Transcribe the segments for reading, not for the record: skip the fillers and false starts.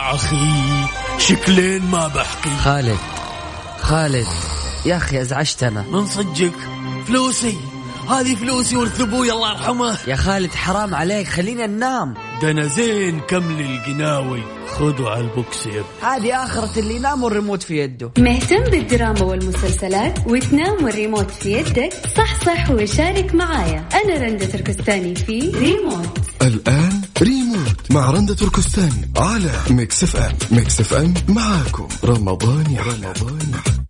أخي شكلين ما بحكي. خالد يا أخي أزعجتنا من صدقك. فلوسي هذه فلوسي ورث أبوي الله يرحمه. يا خالد حرام عليك خلينا ننام. دنا زين كمل القناوي خذوا على البوكسير. هذه آخرة اللي ينام والريموت في يده. مهتم بالدراما والمسلسلات وتنام والريموت في يدك؟ صح وشارك معايا أنا رندة تركستاني في ريموت. الآن ريموت مع رندة تركستاني على ميكس اف ام. ميكس اف ام معاكم رمضان يا رمضان.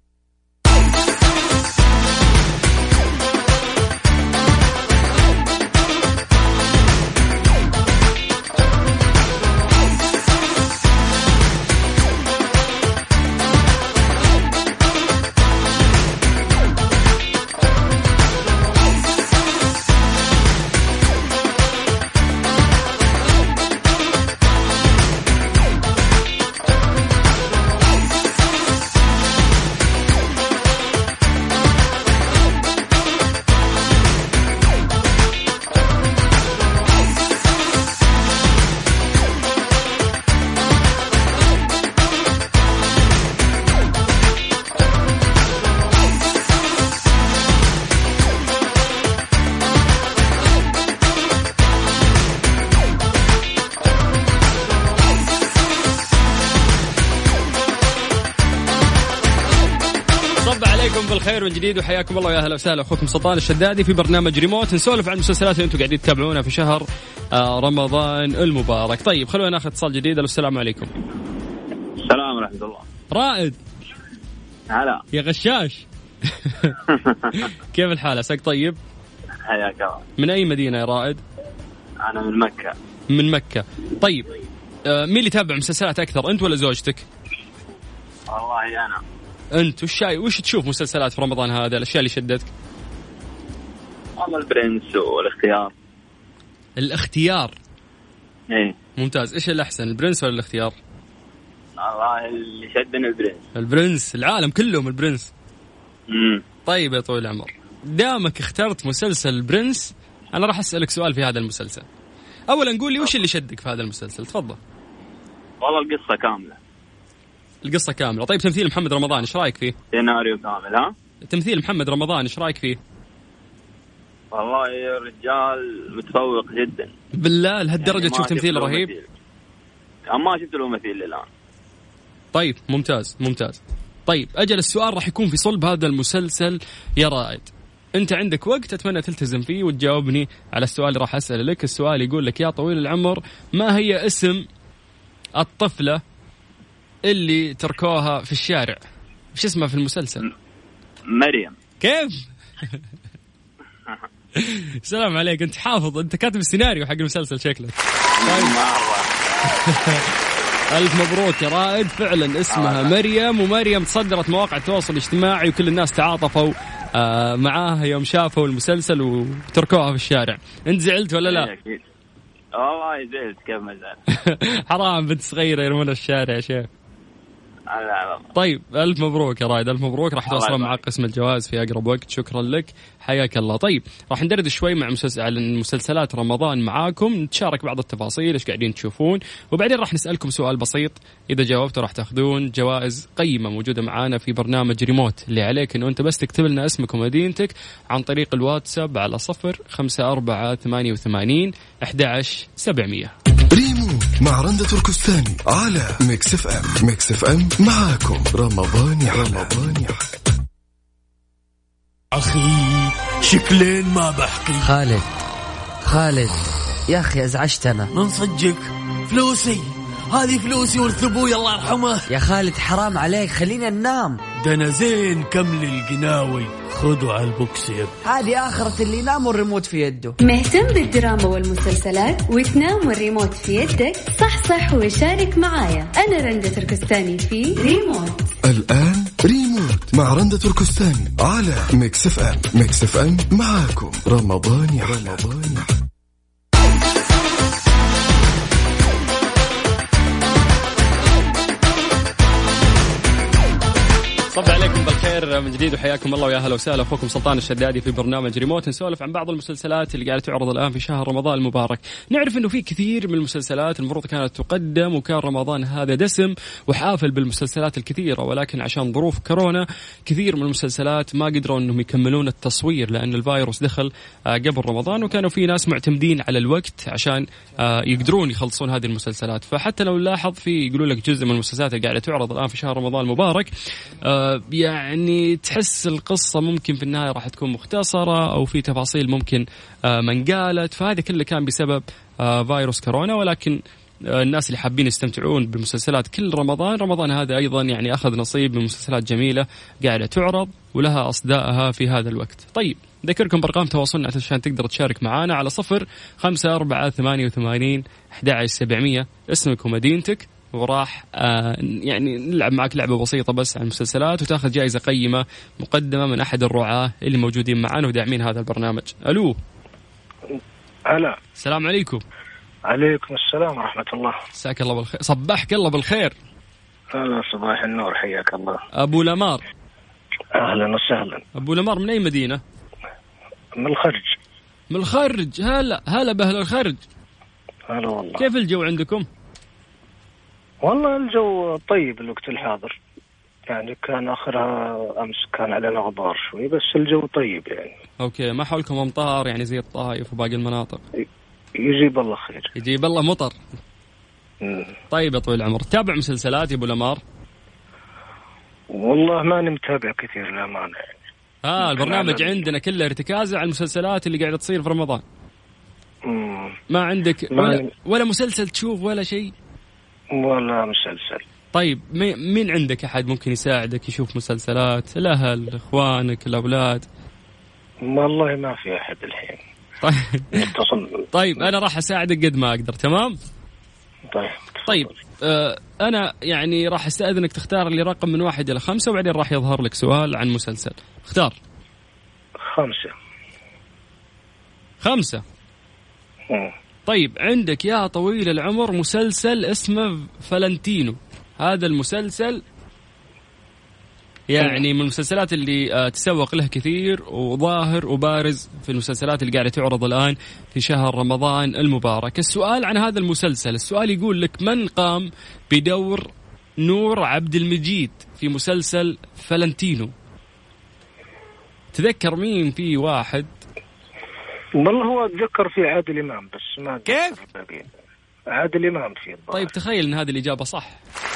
بالخير من جديد وحياكم الله يا اهلا وسهلا. اخوكم سلطان الشدادي في برنامج ريموت نسولف عن المسلسلات اللي انتم قاعدين تتابعونها في شهر رمضان المبارك. طيب خلونا ناخذ اتصال جديد. السلام عليكم. السلام ورحمه الله. رائد هلا يا غشاش. كيف الحال؟ عساك طيب؟ حياك الله. من اي مدينه يا رائد؟ انا من مكه. من مكه. طيب مين اللي يتابع مسلسلات اكثر، انت ولا زوجتك؟ والله انا. انت وش تشوف مسلسلات في رمضان هذا؟ الاشياء اللي شدتك؟ والله البرنس الاختيار. ايه ممتاز. ايش الاحسن، البرنس ولا الاختيار؟ والله اللي شدني البرنس العالم كلهم البرنس. طيب يا طويل العمر، دامك اخترت مسلسل البرنس انا راح اسالك سؤال في هذا المسلسل. اولا قول لي وش اللي شدك في هذا المسلسل؟ تفضل. والله القصة كاملة. طيب تمثيل محمد رمضان ايش رايك فيه؟ سيناريو كامل. ها تمثيل محمد رمضان ايش رايك فيه؟ والله الرجال متفوق جدا بالله لهالدرجة يعني تشوف تمثيل رهيب؟ ما شفت له مثيل الآن. طيب ممتاز. طيب أجل السؤال راح يكون في صلب هذا المسلسل يا رائد. أنت عندك وقت أتمنى تلتزم فيه وتجاوبني على السؤال اللي راح أسأله لك. السؤال يقول لك يا طويل العمر، ما هي اسم الطفلة اللي تركوها في الشارع؟ وش اسمها في المسلسل؟ مريم. كيف؟ السلام عليك، أنت حافظ، أنت كاتب السيناريو حق المسلسل شكلك. طيب. ألف مبروك يا رائد، فعلا اسمها مريم، ومريم تصدرت مواقع التواصل الاجتماعي وكل الناس تعاطفوا معاها يوم شافوا المسلسل وتركوها في الشارع. أنت زعلت ولا لا؟ والله زعلت، كيف ما زعلت. حرام بنت صغيرة يرمونها الشارع يا شيخ. طيب ألف مبروك يا رائد، ألف مبروك. راح توصل معك قسم الجواز في أقرب وقت. شكرا لك، حياك الله. طيب راح ندرد شوي مع على مسلسلات رمضان معاكم، نتشارك بعض التفاصيل ايش قاعدين تشوفون، وبعدين راح نسألكم سؤال بسيط إذا جاوبتوا راح تاخذون جوائز قيمة موجودة معانا في برنامج ريموت. اللي عليك إنه أنت بس تكتب لنا اسمك ومدينتك عن طريق الواتساب على 0548811700. ريموت مع رندة تركستاني على ميكس اف ام. ميكس اف ام معاكم رمضان يا رمضان. أخي شكلين ما بحكي. خالد يا أخي أزعجتنا. من صدقك. فلوسي هذه فلوسي ورث أبوي الله يرحمه. يا خالد حرام عليك خلينا ننام. دنا زين كمل القناوي خذوا على البوكسير. هذه آخرة اللي ينام والريموت في يده. مهتم بالدراما والمسلسلات وتنام والريموت في يدك؟ صح وشارك معايا أنا رندة تركستاني في ريموت. الآن ريموت مع رندة تركستاني على ميكس اف ام. ميكس اف ام معاكم رمضان يا رمضان. صباح عليكم بالخير من جديد وحياكم الله ويا اهلا وسهلا. اخوكم سلطان الشدادي في برنامج ريموت، نسولف عن بعض المسلسلات اللي قاعده تعرض الان في شهر رمضان المبارك. نعرف انه في كثير من المسلسلات المفروض كانت تقدم، وكان رمضان هذا دسم وحافل بالمسلسلات الكثيره، ولكن عشان ظروف كورونا كثير من المسلسلات ما قدروا انهم يكملون التصوير لان الفيروس دخل قبل رمضان، وكانوا في ناس معتمدين على الوقت عشان يقدرون يخلصون هذه المسلسلات. فحتى لو لاحظ في يقولوا لك جزء من المسلسلات اللي قاعده تعرض الان في شهر رمضان المبارك يعني تحس القصة ممكن في النهاية راح تكون مختصرة أو في تفاصيل ممكن ما انقالت، فهذا كله كان بسبب فيروس كورونا. ولكن الناس اللي حابين يستمتعون بمسلسلات كل رمضان هذا أيضا يعني أخذ نصيب من مسلسلات جميلة قاعدة تعرض ولها أصداءها في هذا الوقت. طيب ذكركم برقم تواصلنا عشان تقدر تشارك معنا على 0548811700 اسمك ومدينتك، وراح يعني نلعب معك لعبة بسيطة بس عن المسلسلات وتاخذ جائزة قيمة مقدمة من أحد الرعاة اللي موجودين معنا وداعمين هذا البرنامج. ألو. هلا. السلام عليكم. عليكم السلام ورحمة الله. مساك الله بالخير. صباحك الله بالخير. هلا صباح النور، حياك الله. أبو لمار. أهلا وسهلا. أبو لمار من أي مدينة؟ من الخرج. من الخرج. هلا بأهل الخرج. هلا والله. كيف الجو عندكم؟ والله الجو طيب الوقت الحاضر، يعني كان آخرها أمس كان علينا غبار شوي، بس الجو طيب يعني. أوكي، ما حولكم أمطار يعني زي الطائف وباقي المناطق؟ يجيب الله خير. يجيب الله مطر. طيب يا طويل العمر، تابع مسلسلات يا أبو لمار؟ والله ماني متابع كثير للأمانة يعني. البرنامج عندنا كله ارتكازه على المسلسلات اللي قاعدة تصير في رمضان. ما عندك ولا مسلسل تشوف ولا شيء؟ ولا مسلسل. طيب مين عندك أحد ممكن يساعدك يشوف مسلسلات؟ الأهل، إخوانك، الأولاد؟ والله ما في أحد الحين. طيب أنا راح أساعدك قد ما أقدر. تمام. طيب أنا يعني راح أستأذنك تختار لي رقم من 1 إلى 5 وبعدين راح يظهر لك سؤال عن مسلسل. اختار. 5. طيب عندك يا طويل العمر مسلسل اسمه فالنتينو. هذا المسلسل يعني من المسلسلات اللي تسوق له كثير وظاهر وبارز في المسلسلات اللي قاعدة تعرض الآن في شهر رمضان المبارك. السؤال عن هذا المسلسل، السؤال يقول لك من قام بدور نور عبد المجيد في مسلسل فالنتينو؟ تذكر مين؟ في واحد والله هو أتذكر في عادل إمام بس ما كيف؟ عادل إمام فيه. طيب تخيل إن هذه الإجابة صح.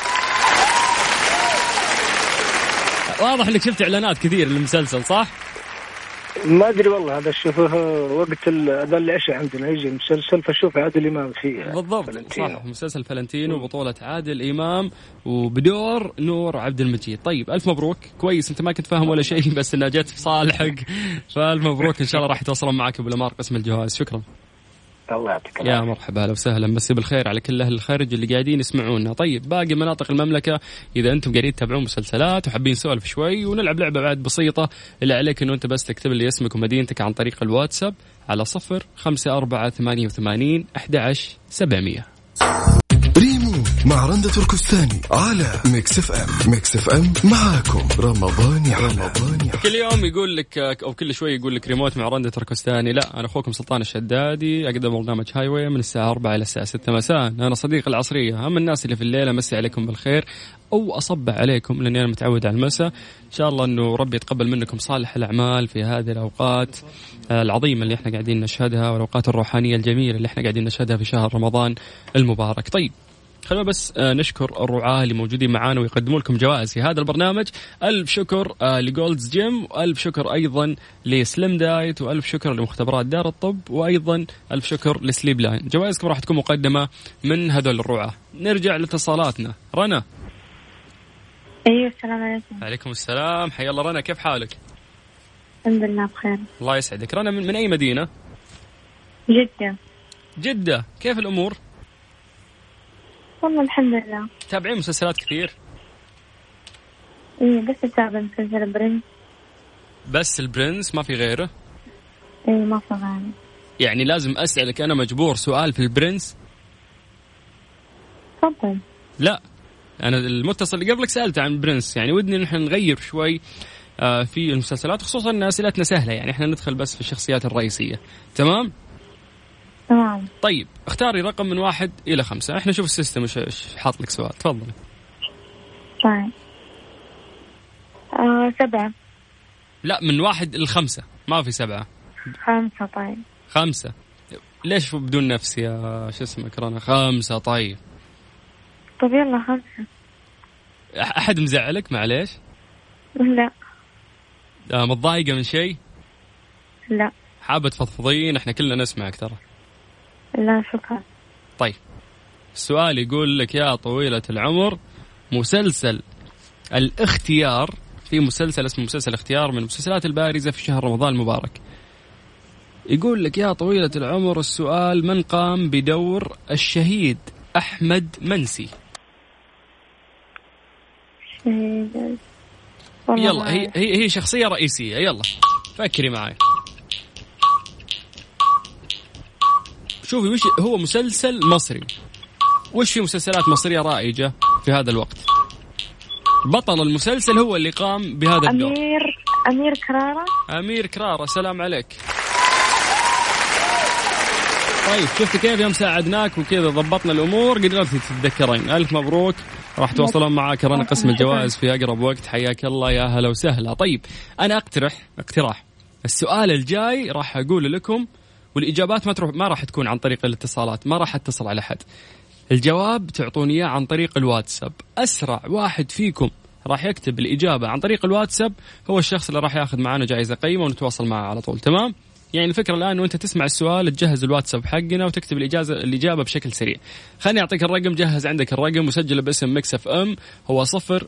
واضح إنك شفت إعلانات كثير للمسلسل صح؟ ما أدري والله، هذا شوفه وقت هذا اللي عشاء عندنا يجي المسلسل فشوف عادل إمام فيه. بالضبط فلنتينو. صح، مسلسل فالنتينو بطولة عادل إمام وبدور نور عبد المجيد. طيب ألف مبروك، كويس أنت ما كنت فاهم ولا شيء بس إنها جت في صالحك، فألف مبروك إن شاء الله راح يتواصلون معك أبو لمار قسم الجواز. شكرا. الله يعطيك يا مرحبا اهلا وسهلا، مسي بالخير على كل اهل الخارج اللي قاعدين يسمعونا. طيب باقي مناطق المملكه اذا انتم قاعدين تتابعون مسلسلات وحابين نسولف شوي ونلعب لعبه بعد بسيطه، اللي عليك انه انت بس تكتب لي اسمك ومدينتك عن طريق الواتساب على 0548811700. ريموت مع رندة تركستاني على ميكس اف ام. ميكس اف ام معاكم رمضان يا رمضان. كل يوم يقول لك او كل شوي يقول لك ريموت مع رندة تركستاني. لا، انا اخوكم سلطان الشدادي، اقدم برنامج هاي واي من الساعه 4 الى الساعه 6 مساء. انا صديق العصريه، هم الناس اللي في الليل امسي عليكم بالخير او اصبح عليكم لاني انا متعود على المساء. ان شاء الله انه ربي يتقبل منكم صالح الاعمال في هذه الاوقات العظيمه اللي احنا قاعدين نشهدها، والاوقات الروحانيه الجميله اللي احنا قاعدين نشهدها في شهر رمضان المبارك. طيب خلونا بس نشكر الرعاة اللي موجودين معانا ويقدموا لكم جوائز في هذا البرنامج. ألف شكر لجولدز جيم، وألف شكر أيضا لسليم دايت، وألف شكر لمختبرات دار الطب، وأيضا ألف شكر لسليب لاين. جوائزكم راح تكون مقدمة من هذول الرعاة. نرجع لاتصالاتنا. رنا. أيوة السلام عليكم. عليكم السلام، حيا الله رنا، كيف حالك؟ الحمد لله بخير. الله يسعدك. رنا من أي مدينة؟ جدة. جدة، كيف الأمور؟ والله الحمد لله. تابعين مسلسلات كثير؟ إيه بس أتابع مسلسل البرنس. بس البرنس ما في غيره؟ إيه ما في غيره. يعني لازم أسألك أنا مجبور سؤال في البرنس؟ تفضل. لا أنا المتصل اللي قبلك سألت عن برنس، يعني ودنا نحن نغير شوي في المسلسلات، خصوصا أن أسئلتنا سهلة، يعني إحنا ندخل بس في الشخصيات الرئيسية. تمام. طيب اختاري رقم من 1 إلى 5. إحنا نشوف السيستم إيش حاط لك سؤال. تفضلي. طيب 7. لا، من 1 إلى 5، ما في 7. 5. طيب 5. ليش بدون نفس يا شو اسمك رنا؟ 5. طيب يلا 5. أحد مزعلك؟ معليش. لا. متضايقة من شيء؟ لا. حابة تفضفضين؟ احنا كلنا نسمعك ترى. لا شكرا. طيب السؤال يقول لك يا طويلة العمر، مسلسل الاختيار، في مسلسل اسمه مسلسل الاختيار من المسلسلات البارزة في شهر رمضان المبارك. يقول لك يا طويلة العمر السؤال، من قام بدور الشهيد أحمد منسي؟ يلا هي شخصية رئيسية، يلا فكري معي. شوفي وش هو مسلسل مصري، وش في مسلسلات مصرية رائجة في هذا الوقت؟ بطل المسلسل هو اللي قام بهذا الدور. أمير كرارة. أمير كرارة، سلام عليك. طيب شفت كيف يوم ساعدناك وكذا ضبطنا الأمور قدرتي تتذكرين. ألف مبروك، راح توصلون معك رنا قسم الجوائز في أقرب وقت. حياك الله، يا هلا وسهلا. طيب أنا اقتراح السؤال الجاي راح أقول لكم، والإجابات ما راح تكون عن طريق الاتصالات، ما راح أتصل على حد. الجواب تعطوني إياه عن طريق الواتساب. أسرع واحد فيكم راح يكتب الإجابة عن طريق الواتساب هو الشخص اللي راح ياخذ معنا جائزة قيمة ونتواصل معه على طول. تمام؟ يعني الفكرة الآن وأنت تسمع السؤال تجهز الواتساب حقنا وتكتب الإجابة بشكل سريع. خليني أعطيك الرقم، جهز عندك الرقم وسجله باسم ميكس اف ام، هو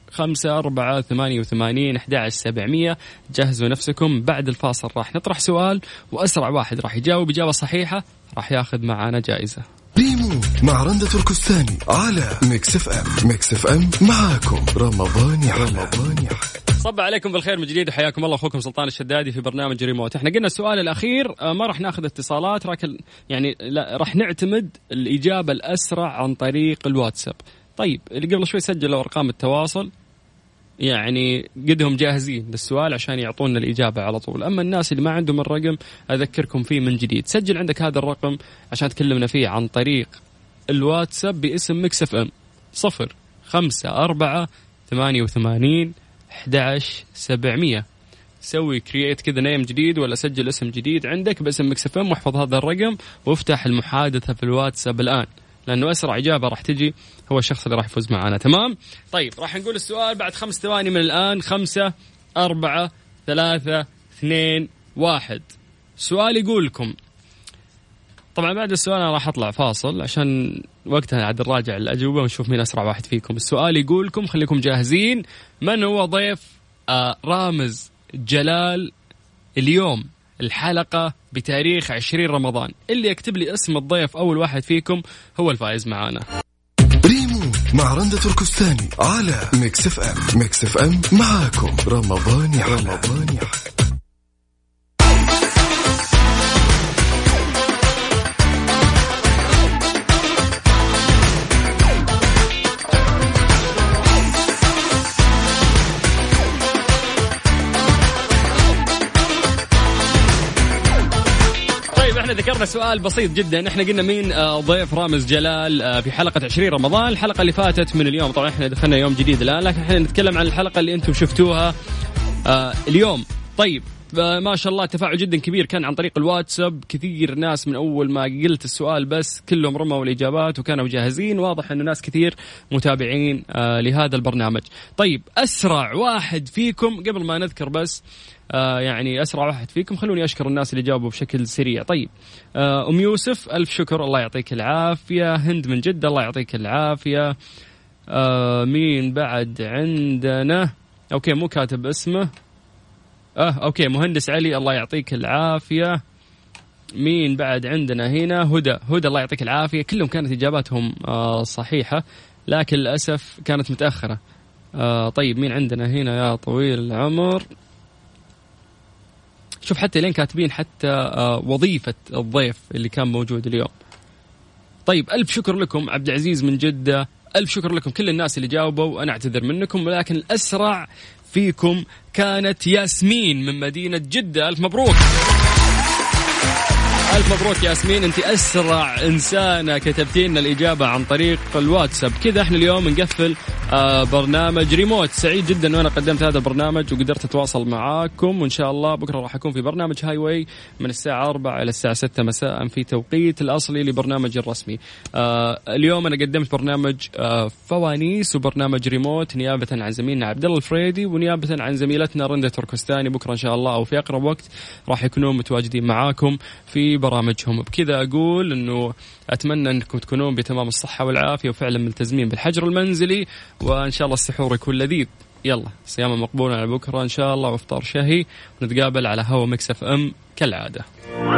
0548811700. جهزوا نفسكم، بعد الفاصل راح نطرح سؤال وأسرع واحد راح يجاوب إجابة صحيحة راح ياخذ معنا جائزة. ريموت مع رندة تركستاني على ميكس اف ام. ميكس اف ام معاكم رمضان يحلى. صب عليكم بالخير من جديد وحياكم الله. أخوكم سلطان الشدادي في برنامج ريموت. احنا قلنا السؤال الأخير ما راح ناخذ اتصالات، لكن يعني لا راح نعتمد الإجابة الأسرع عن طريق الواتساب. طيب اللي قبل شوي سجلوا أرقام التواصل، يعني قدهم جاهزين للسؤال عشان يعطونا الإجابة على طول. أما الناس اللي ما عندهم الرقم أذكركم فيه من جديد، سجل عندك هذا الرقم عشان تكلمنا فيه عن طريق الواتساب باسم ميكس اف ام 0548811700. سوي كرييت كذا نيم جديد ولا سجل اسم جديد عندك باسم ميكس اف ام واحفظ هذا الرقم وافتح المحادثة في الواتساب الآن، لأنه أسرع إجابة راح تجي هو الشخص اللي راح يفوز معنا. تمام؟ طيب راح نقول السؤال بعد 5 ثواني من الآن. 5 4 3 2 1. سؤال يقول لكم، طبعا بعد السؤال أنا راح أطلع فاصل عشان وقتها عاد نراجع الأجوبة ونشوف مين أسرع واحد فيكم. السؤال يقول لكم، خليكم جاهزين، من هو ضيف رامز جلال اليوم الحلقة بتاريخ 20 رمضان؟ اللي يكتب لي اسم الضيف أول واحد فيكم هو الفائز معانا. ريموت مع رندة تركستاني على ميكس اف ام. ميكس اف ام معاكم رمضان يحلى. ذكرنا سؤال بسيط جدا، احنا قلنا مين ضيف رامز جلال في حلقة 20 رمضان، الحلقة اللي فاتت من اليوم. طبعا احنا دخلنا يوم جديد الآن، لكن احنا نتكلم عن الحلقة اللي انتم شفتوها اليوم. طيب ما شاء الله تفاعل جدا كبير كان عن طريق الواتساب، كثير ناس من أول ما قلت السؤال بس كلهم رموا الإجابات وكانوا جاهزين. واضح أنه ناس كثير متابعين لهذا البرنامج. طيب أسرع واحد فيكم قبل ما نذكر بس يعني أسرع واحد فيكم، خلوني أشكر الناس اللي جاوبوا بشكل سريع. طيب أم يوسف ألف شكر، الله يعطيك العافية. هند من جدة الله يعطيك العافية. مين بعد عندنا؟ أوكي مو كاتب اسمه. أوكي مهندس علي الله يعطيك العافية. مين بعد عندنا هنا؟ هدى الله يعطيك العافية. كلهم كانت إجاباتهم صحيحة لكن للأسف كانت متأخرة. طيب مين عندنا هنا يا طويل العمر؟ شوف حتى لين كاتبين حتى وظيفة الضيف اللي كان موجود اليوم. طيب ألف شكر لكم. عبد العزيز من جدة ألف شكر لكم كل الناس اللي جاوبوا، أنا أعتذر منكم، ولكن الأسرع فيكم كانت ياسمين من مدينة جدة. ألف مبروك، ألف مبروك ياسمين، أنت أسرع إنسانة كتبتي لنا الإجابة عن طريق الواتساب. كذا إحنا اليوم نقفل برنامج ريموت. سعيد جدا وأنا قدمت هذا البرنامج وقدرت أتواصل معاكم، وإن شاء الله بكرة راح أكون في برنامج هاي واي من الساعة 4 إلى الساعة 6 مساء في توقيت الأصلي لبرنامج الرسمي. اليوم أنا قدمت برنامج فوانيس وبرنامج ريموت نيابة عن زميلنا عبد الله الفريدي ونيابة عن زميلتنا رندة تركستاني. بكرة إن شاء الله أو في أقرب وقت راح يكونون متواجدين معاكم في برامجهم. بكذا أقول أنه أتمنى أنكم تكونون بتمام الصحة والعافية وفعلا ملتزمين بالحجر المنزلي، وإن شاء الله السحور يكون لذيذ. يلا صيام مقبول على بكرة إن شاء الله وافطار شهي، ونتقابل على هوا ميكس اف ام كالعادة.